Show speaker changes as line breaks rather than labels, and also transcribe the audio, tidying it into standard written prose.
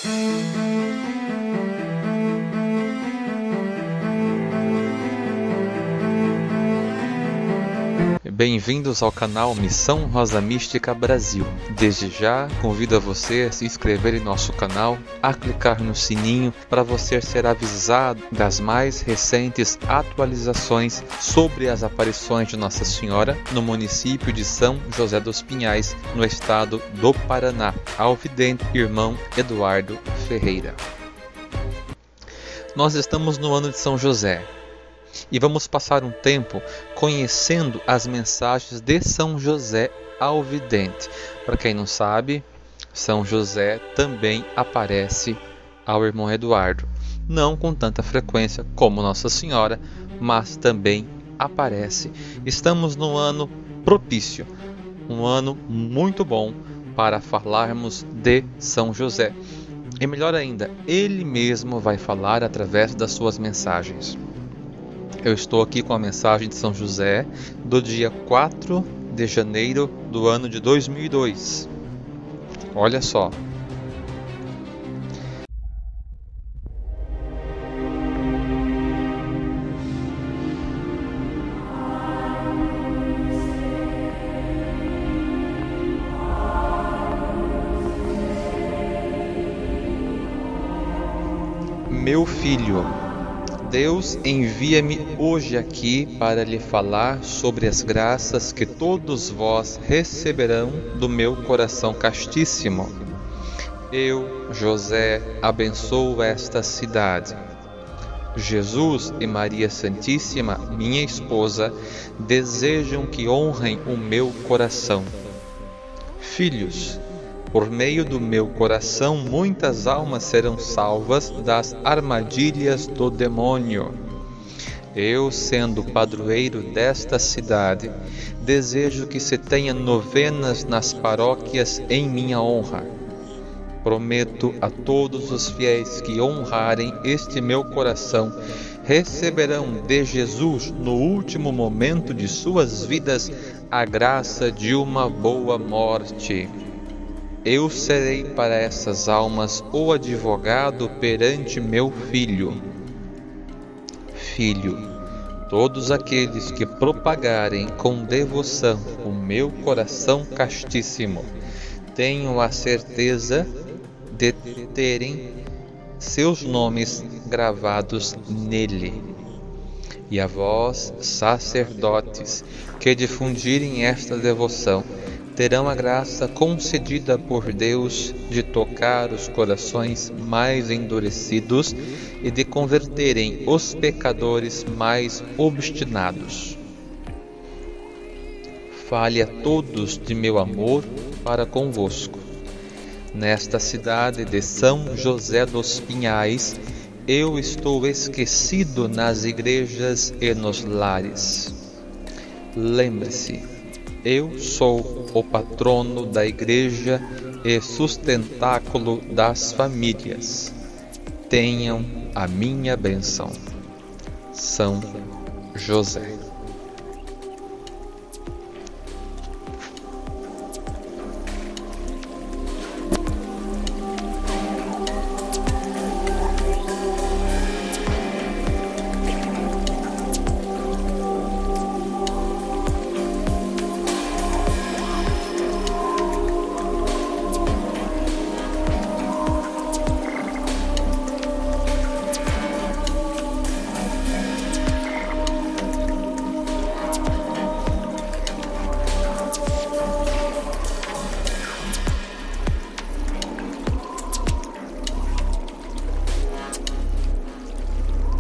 Bem-vindos ao canal Missão Rosa Mística Brasil. Desde já, convido a você a se inscrever em nosso canal, a clicar no sininho para você ser avisado das mais recentes atualizações sobre as aparições de Nossa Senhora no município de São José dos Pinhais, no estado do Paraná, ao vidente irmão Eduardo Ferreira. Nós estamos no ano de São José. E vamos passar um tempo conhecendo as mensagens de São José ao vidente. Para quem não sabe, São José também aparece ao irmão Eduardo. Não com tanta frequência como Nossa Senhora, mas também aparece. Estamos num ano propício, um ano muito bom para falarmos de São José. E melhor ainda, ele mesmo vai falar através das suas mensagens. Eu estou aqui com a mensagem de São José do dia 4 de janeiro do ano de 2002. Olha só. Meu filho, Deus envia-me hoje aqui para lhe falar sobre as graças que todos vós receberão do meu coração castíssimo. Eu, José, abençoo esta cidade. Jesus e Maria Santíssima, minha esposa, desejam que honrem o meu coração. Filhos, por meio do meu coração, muitas almas serão salvas das armadilhas do demônio. Eu, sendo padroeiro desta cidade, desejo que se tenha novenas nas paróquias em minha honra. Prometo a todos os fiéis que honrarem este meu coração, receberão de Jesus, no último momento de suas vidas, a graça de uma boa morte. Eu serei para essas almas o advogado perante meu filho. Filho, todos aqueles que propagarem com devoção o meu coração castíssimo, tenham a certeza de terem seus nomes gravados nele. E a vós, sacerdotes, que difundirem esta devoção, terão a graça concedida por Deus de tocar os corações mais endurecidos e de converterem os pecadores mais obstinados. Fale a todos de meu amor para convosco. Nesta cidade de São José dos Pinhais, eu estou esquecido nas igrejas e nos lares. Lembre-se, eu sou o patrono da igreja e sustentáculo das famílias. Tenham a minha bênção. São José.